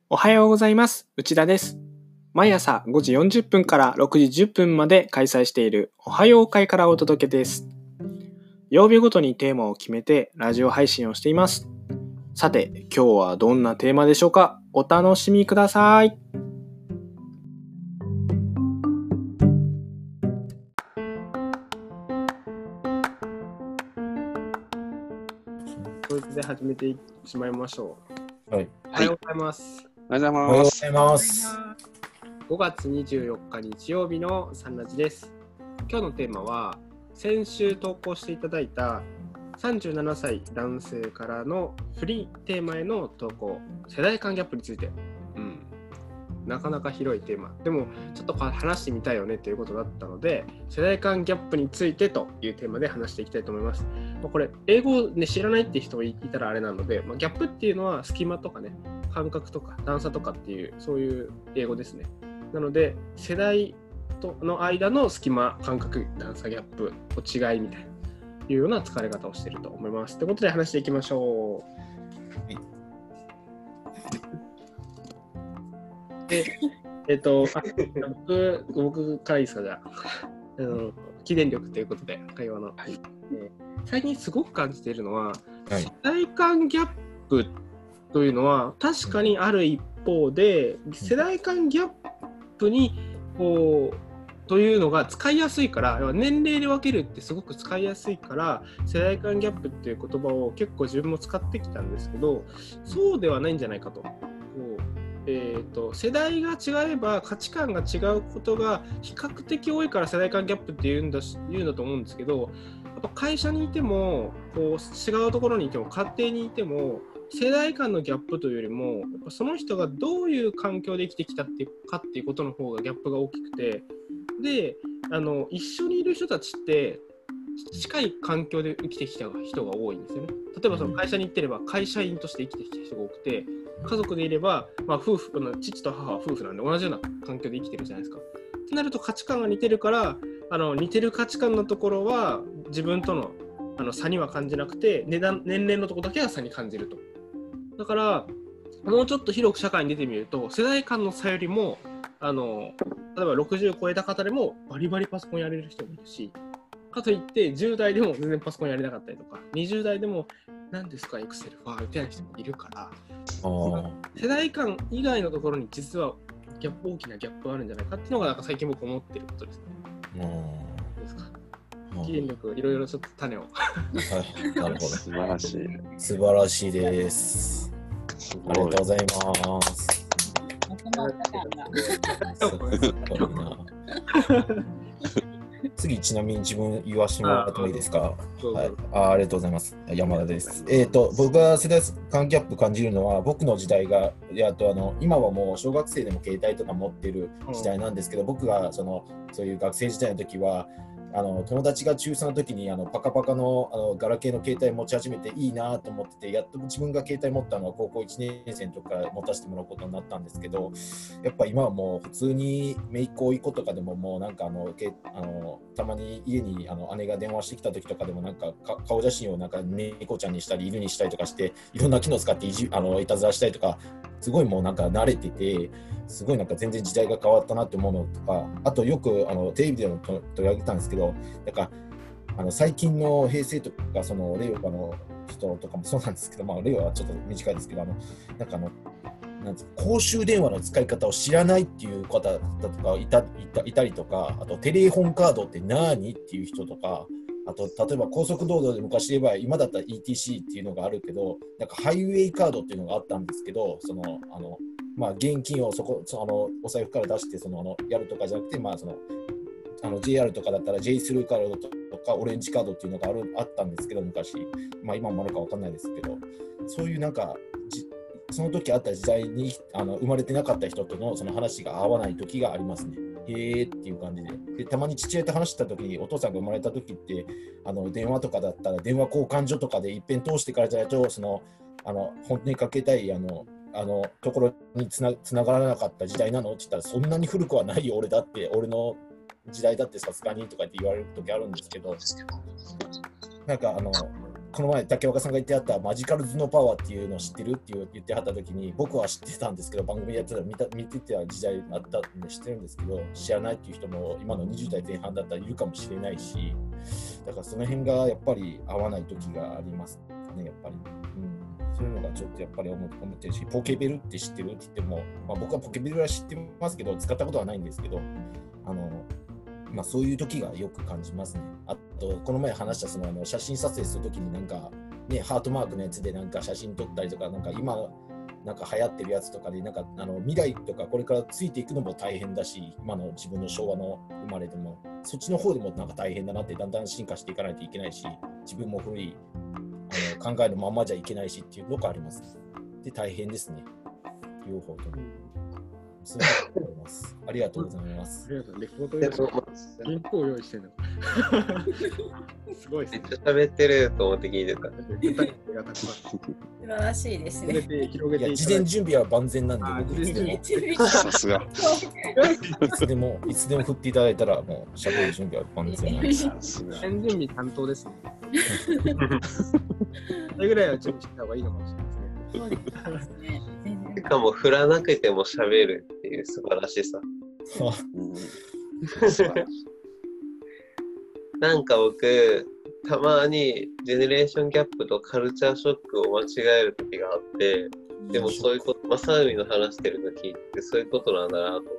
おはようございます。内田です。毎朝5時40分から6時10分まで開催しているおはよう会からお届けです。曜日ごとにテーマを決めてラジオ配信をしています。さて、今日はどんなテーマでしょうか？お楽しみください。それで始めてしまいましょう。 はい。 おはようございます。 おはようございます。 5月24日日曜日のサンラジです。今日のテーマは先週投稿していただいた37歳男性からのフリーテーマへの投稿、世代間ギャップについて、なかなか広いテーマでもちょっと話してみたいよねということだったので、世代間ギャップについてというテーマで話していきたいと思います。これ英語を、知らないっていう人もいたらあれなので、ギャップっていうのは隙間とかね、感覚とか段差とかっていうそういう英語ですね。なので世代との間の隙間、感覚、段差、ギャップの違いみたいないうような疲れ方をしていると思います。ということで話していきましょう。で、僕からいいですか、じゃあ。記念力ということで、会話の。最近すごく感じているのは、世代間ギャップというのは確かにある一方で、世代間ギャップにというのが使いやすいから、年齢で分けるってすごく使いやすいから、世代間ギャップっていう言葉を結構自分も使ってきたんですけど、そうではないんじゃないかと。世代が違えば価値観が違うことが比較的多いから世代間ギャップって言うんだと思うんですけど、やっぱ会社にいても違うところにいても家庭にいても世代間のギャップというよりも、やっぱその人がどういう環境で生きてきたっていうことの方がギャップが大きくて、で一緒にいる人たちって近い環境で生きてきた人が多いんですよね。例えばその会社に行ってれば会社員として生きてきた人が多くて、家族でいれば、夫婦父と母は夫婦なんで同じような環境で生きてるじゃないですか。ってなると価値観が似てるから、似てる価値観のところは自分との差には感じなくて、年齢のところだけは差に感じると。だからもうちょっと広く社会に出てみると、世代間の差よりも例えば60超えた方でもバリバリパソコンやれる人もいるし、かといって10代でも全然パソコンやれなかったりとか、20代でも何ですかエクセルはみたいな人もいるから、世代間以外のところに実は大きなギャップがあるんじゃないかっていうのが最近僕思っていることですね。ですか。記念力いろいろちょっと種を。 なるほど。素晴らしい。素晴らしいです。ありがとうございます。次ちなみに自分言わせてもらってもいいですか？はい、ありがとうございます。山田です。僕が世代間ギャップ感じるのは、僕の時代が今はもう小学生でも携帯とか持ってる時代なんですけど、僕がそういう学生時代の時は友達が中3の時にパカパカのガラケーの携帯持ち始めていいなと思ってて、やっと自分が携帯持ったのは高校1年生の時から持たせてもらうことになったんですけど、やっぱ今はもう普通に姪っ子とかでももうなんかたまに家に姉が電話してきた時とかでもなんか顔写真をなんか猫ちゃんにしたり犬にしたりとかして、いろんな機能使っていたずらしたりとか、すごいもうなんか慣れてて、すごいなんか全然時代が変わったなって思うのとか、あとよくテレビでも取り上げたんですけど、なんか最近の平成とか令和の人とかもそうなんですけど、令和はちょっと短いですけど、なんか公衆電話の使い方を知らないっていう方だとかいたりとか、あとテレホンカードって何っていう人とか、あと例えば高速道路で昔言えば今だったら ETC っていうのがあるけど、なんかハイウェイカードっていうのがあったんですけど、現金をお財布から出してやるとかじゃなくて、JR とかだったら J スルーカードとかオレンジカードっていうのがあったんですけど昔、今もあるか分かんないですけど、そういうなんかその時あった時代に生まれてなかった人とのその話が合わない時がありますね。へーっていう感じで、たまに父親と話した時に、お父さんが生まれた時って電話とかだったら電話交換所とかで一遍通してからじゃないと本当にかけたいところにつながらなかった時代なのって言ったら、そんなに古くはないよ俺の時代だってさすがにとかって言われる時あるんですけど、なんかこの前竹岡さんが言ってあったマジカル頭脳パワーっていうのを知ってるって言ってはった時に、僕は知ってたんですけど、番組やってたら見てた時代あったんで知ってるんですけど、知らないっていう人も今の20代前半だったらいるかもしれないし、だからその辺がやっぱり合わない時がありますね、やっぱり。そういうのがちょっとやっぱり思ってるし、ポケベルって知ってるって言っても、僕はポケベルは知ってますけど、使ったことはないんですけど、そういう時がよく感じますね。あと、この前話した写真撮影するときにハートマークのやつで写真撮ったりとか、今流行ってるやつとかで未来とかこれからついていくのも大変だし、今の自分の昭和の生まれでもそっちの方でも大変だなって、だんだん進化していかないといけないし、自分も古い考えるままじゃいけないしっていうのがあります。で、大変ですね、両方とも。そう思います。ありがとうございます。 ありがとう。レポート用意して原稿を用意してるの。すごいですね。 めっちゃ喋ってると思って聞いてた。 素晴らしいですね。 事前準備は万全なんで、 さすが。 いつでも振っていただいたら、もう喋る準備は万全なんです。 事前準備担当ですね。それぐらいは準備した方がいいのかもしれないですね。そうですね。 しかも振らなくても喋るっていう素晴らしさ。なんか僕、たまにジェネレーションギャップとカルチャーショックを間違える時があって、でもそういうこと、正海の話してる時ってそういうことなんだなと思って、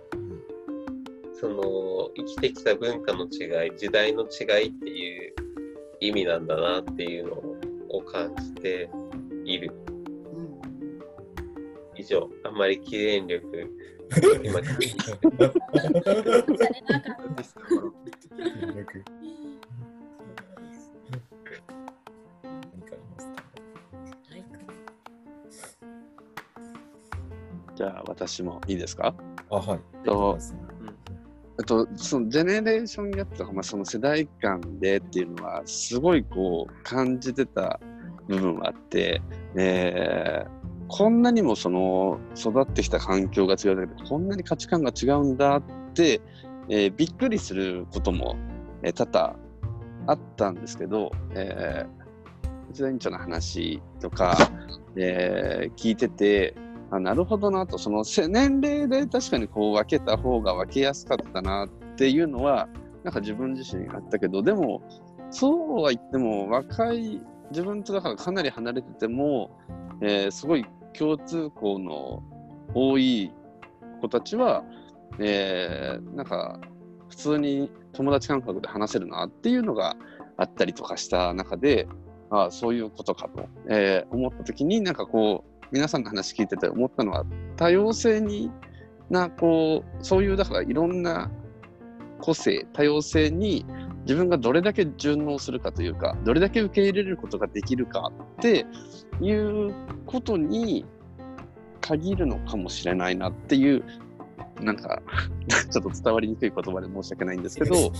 生きてきた文化の違い、時代の違いっていう意味なんだなっていうのを感じている。以上、あんまり記念力今じゃあ私もいいですか？ はい。 そのジェネレーションギャップとか、その世代間でっていうのはすごい感じてた部分はあって、こんなにも育ってきた環境が違うだけでこんなに価値観が違うんだって、びっくりすることも、多々あったんですけど、内田委員長の話とか、聞いてて、なるほどなと、年齢で確かに分けた方が分けやすかったなっていうのは自分自身あったけど、でもそうは言っても自分とだからかなり離れてても、すごい共通項の多い子たちは、普通に友達感覚で話せるなっていうのがあったりとかした中で、そういうことかと、思った時に皆さんの話聞いてて思ったのは、多様性そういうだからいろんな個性、多様性に自分がどれだけ順応するかというか、どれだけ受け入れることができるかっていうことに限るのかもしれないなっていう、ちょっと伝わりにくい言葉で申し訳ないんですけど、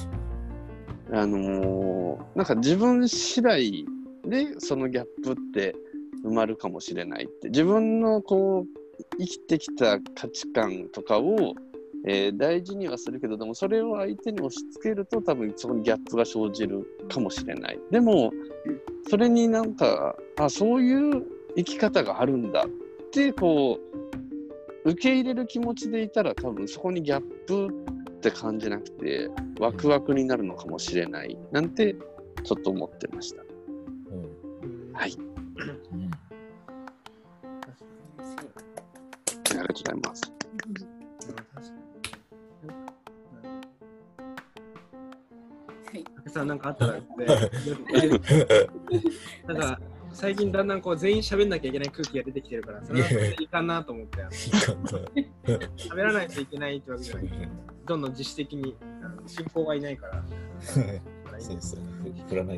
自分次第でそのギャップって埋まるかもしれないって、自分の生きてきた価値観とかを大事にはするけど、でもそれを相手に押し付けると多分そこにギャップが生じるかもしれない。でもそれにそういう生き方があるんだって受け入れる気持ちでいたら、多分そこにギャップって感じなくてワクワクになるのかもしれないなんてちょっと思ってました。はい。ありがとうございます。 さんなんかあったら最近だんだん全員喋んなきゃいけない空気が出てきてるから、それはいかんなと思って喋らないといけないってわけじゃない。どんどん自主的に進行がいないからそうですよね。振らない。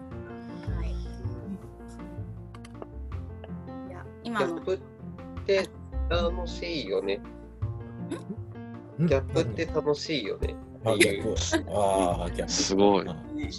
ギャップって楽しいよね。ギャップって楽しいよね。 ギャップ。ギャップ。 すごい。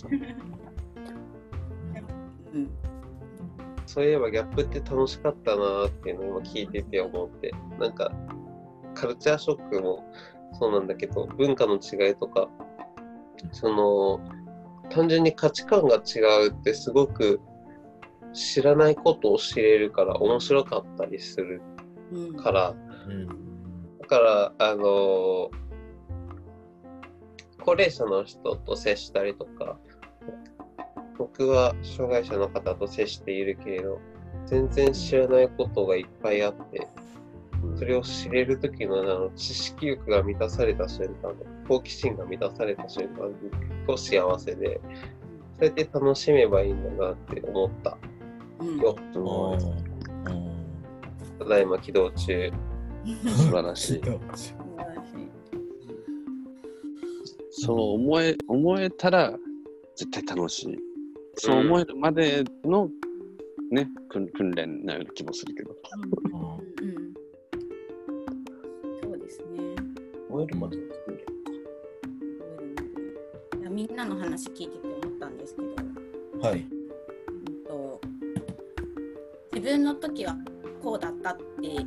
そういえばギャップって楽しかったなっていうのを今聞いてて思って、カルチャーショックもそうなんだけど、文化の違いとか、 単純に価値観が違うってすごく知らないことを知れるから面白かったりするから、だから高齢者の人と接したりとか、僕は障害者の方と接しているけれど、全然知らないことがいっぱいあって、それを知れる時の知識欲が満たされた瞬間、好奇心が満たされた瞬間と幸せで、そうやって楽しめばいいんだなって思ったよ。ただいま起動中。 素晴らしい。そう思えたら絶対楽しい。そう思えるまでのね、訓練なような気もするけど。 そうですね。 思えるまでの訓練。 いや、みんなの話聞いてて思ったんですけど、 はい。 自分の時はこうだったっていう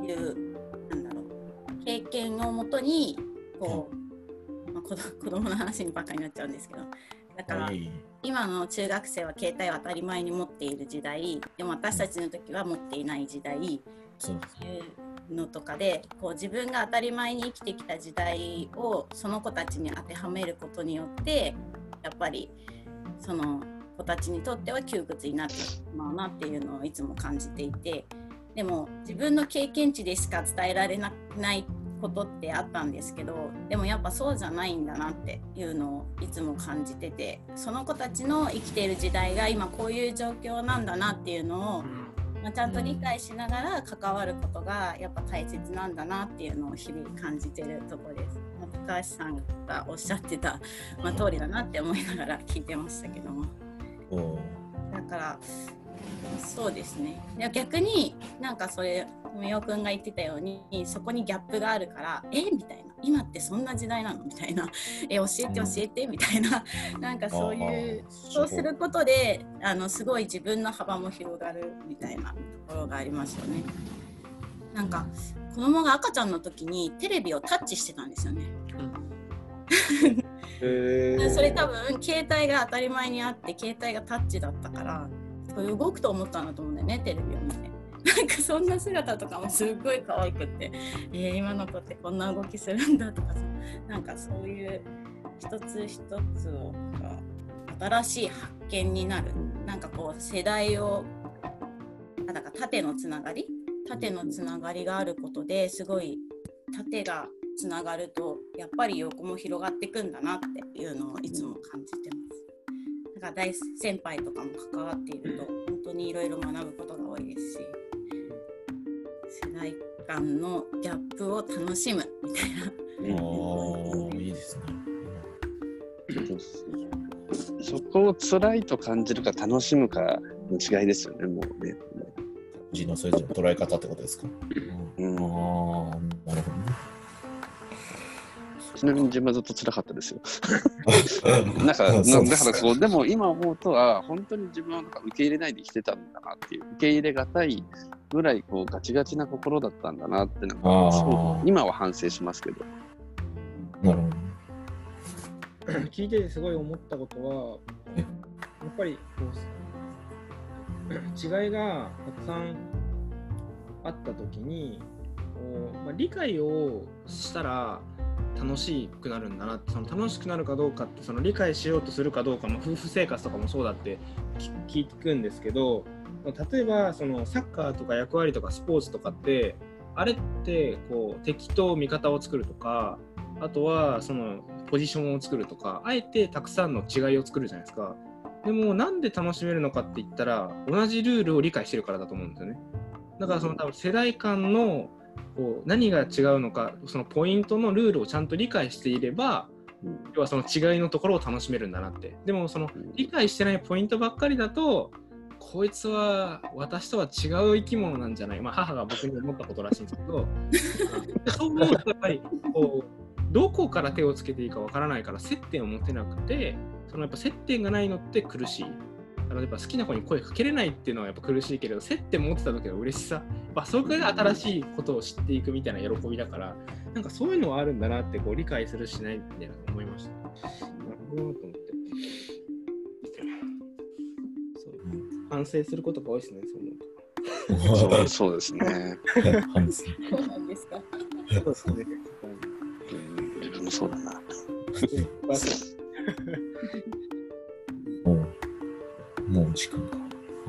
経験をもとにこう、子供の話にばっかりになっちゃうんですけど、だから今の中学生は携帯を当たり前に持っている時代でも、私たちの時は持っていない時代っていうのとかで、こう自分が当たり前に生きてきた時代をその子たちに当てはめることによって、やっぱりその子たちにとっては窮屈になってしまうなっていうのをいつも感じていて、でも自分の経験値でしか伝えられないことってあったんですけど、でもやっぱそうじゃないんだなっていうのをいつも感じてて、その子たちの生きている時代が今こういう状況なんだなっていうのを、ちゃんと理解しながら関わることがやっぱ大切なんだなっていうのを日々感じてるところです。高橋さんがおっしゃってた、通りだなって思いながら聞いてましたけども、だからそうですね。逆になんかそれみおくんが言ってたように、そこにギャップがあるからみたいな、今ってそんな時代なのみたいな、教えてみたいな、なんかそういうそうすることですごい自分の幅も広がるみたいなところがありますよね。なんか子供が赤ちゃんの時にテレビをタッチしてたんですよね。それ多分携帯が当たり前にあって、携帯がタッチだったから動くと思ったんだと思うんだよね、テレビを見て。なんかそんな姿とかもすっごい可愛くって、今の子ってこんな動きするんだとかさ、なんかそういう一つ一つを新しい発見になる、なんかこう世代をだから縦のつながりがあることですごい縦がつながるとやっぱり横も広がっていくんだなっていうのをいつも感じてます。だから大先輩とかも関わっていると本当にいろいろ学ぶことが多いですし、世代間のギャップを楽しむみたいな。 いいですね。 そこを辛いと感じるか楽しむかの違いですよね、もうね。 字のそれぞれの捉え方ってことですか。なるほどね。 ちなみに自分はずっと辛かったですよ。だからこうでも今思うと本当に自分はなんか受け入れないで生きてたんだなっていう、受け入れがたいぐらいこうガチガチな心だったんだなってなんか今は反省しますけど。 なるほど。 聞いててすごい思ったことは、やっぱりこう違いがたくさんあったときに理解をしたら楽しくなるんだなって、その楽しくなるかどうかって、その理解しようとするかどうか、夫婦生活とかもそうだって聞くんですけど、例えばそのサッカーとか役割とかスポーツとかってあれってこう敵と味方を作るとか、あとはそのポジションを作るとか、あえてたくさんの違いを作るじゃないですか。でもなんで楽しめるのかって言ったら、同じルールを理解してるからだと思うんですよね。だからその多分世代間のこう何が違うのか、そのポイントのルールをちゃんと理解していれば、要はその違いのところを楽しめるんだなって。でもその理解してないポイントばっかりだと、こいつは私とは違う生き物なんじゃない、母が僕に思ったことらしいんですけどそう思うとやっぱりこうどこから手をつけていいかわからないから、接点を持てなくて、そのやっぱ接点がないのって苦しい。やっぱ好きな子に声かけれないっていうのはやっぱ苦しいけれど、接点持ってた時の嬉しさ、それが新しいことを知っていくみたいな喜びだから、なんかそういうのはあるんだなってこう理解するしないみたいな思いました。なるほどと思って。 反省することが多いですね、そう思うと。 そうですね。 反省。 そうなんですか。 そうですね。 自分もそうだな。 もう時間か。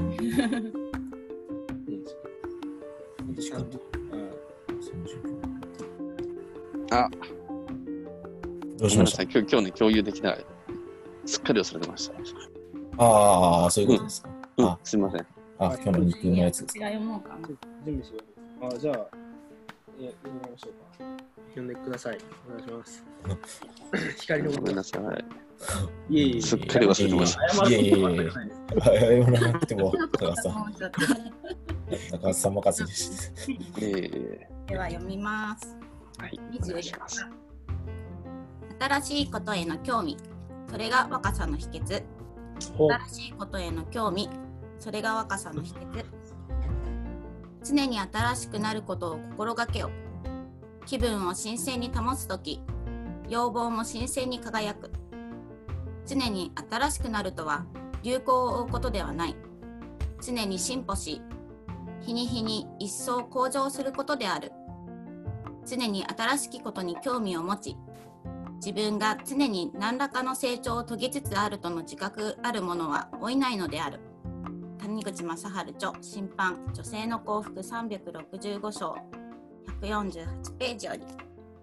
時間だ。30分。 あ、 どうしました？ 今日ね、共有できない。すっかり忘れてました。 ああ、そういうことですか。 すいません。 今日の肉のやつです。 違うもんかな。 準備しよう。じゃあ、読みましょうか。読んでください。お願いします。光のごめんなさい。 いえいえ。 すっかり忘れてました。 いえいえいえ。謝らなくても、高橋さん任せです。 では読みます。 はい、お願いします。 新しいことへの興味、それが若さの秘訣。新しいことへの興味、それが若さの秘訣。常に新しくなることを心がけよ。気分を新鮮に保つとき、要望も新鮮に輝く。常に新しくなるとは流行を追うことではない。常に進歩し、日に日に一層向上することである。常に新しきことに興味を持ち、自分が常に何らかの成長を遂げつつあるとの自覚ある者は老いないのである。谷口正治著、新版、女性の幸福365章、148ページより。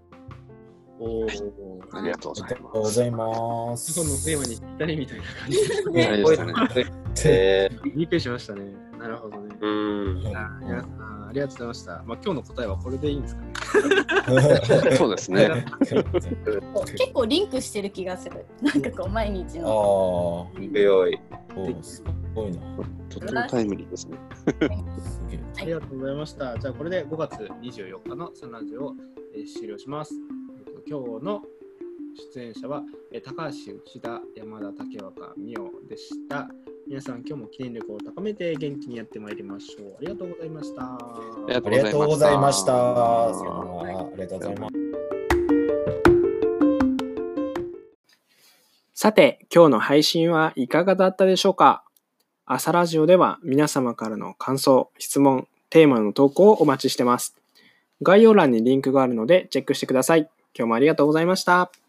ありがとうございます。 今日のテーマにぴったりみたいな感じですね。びっくりしましたね。なるほどね。ありがとうございました。今日の答えはこれでいいんですかね。 そうですね。 結構リンクしてる気がする。なんかこう毎日の。 強い。 すごいな。 とてもタイムリーですね。 ありがとうございました。じゃあこれで5月24日のサンラジオを終了します。今日の出演者は高橋、内田、山田、竹若、美代でした。皆さん今日も記念力を高めて元気にやってまいりましょう。ありがとうございました。 ありがとうございました。ありがとうございます。 さて、今日の配信はいかがだったでしょうか？朝ラジオでは皆様からの感想、質問、テーマの投稿をお待ちしてます。概要欄にリンクがあるのでチェックしてください。今日もありがとうございました。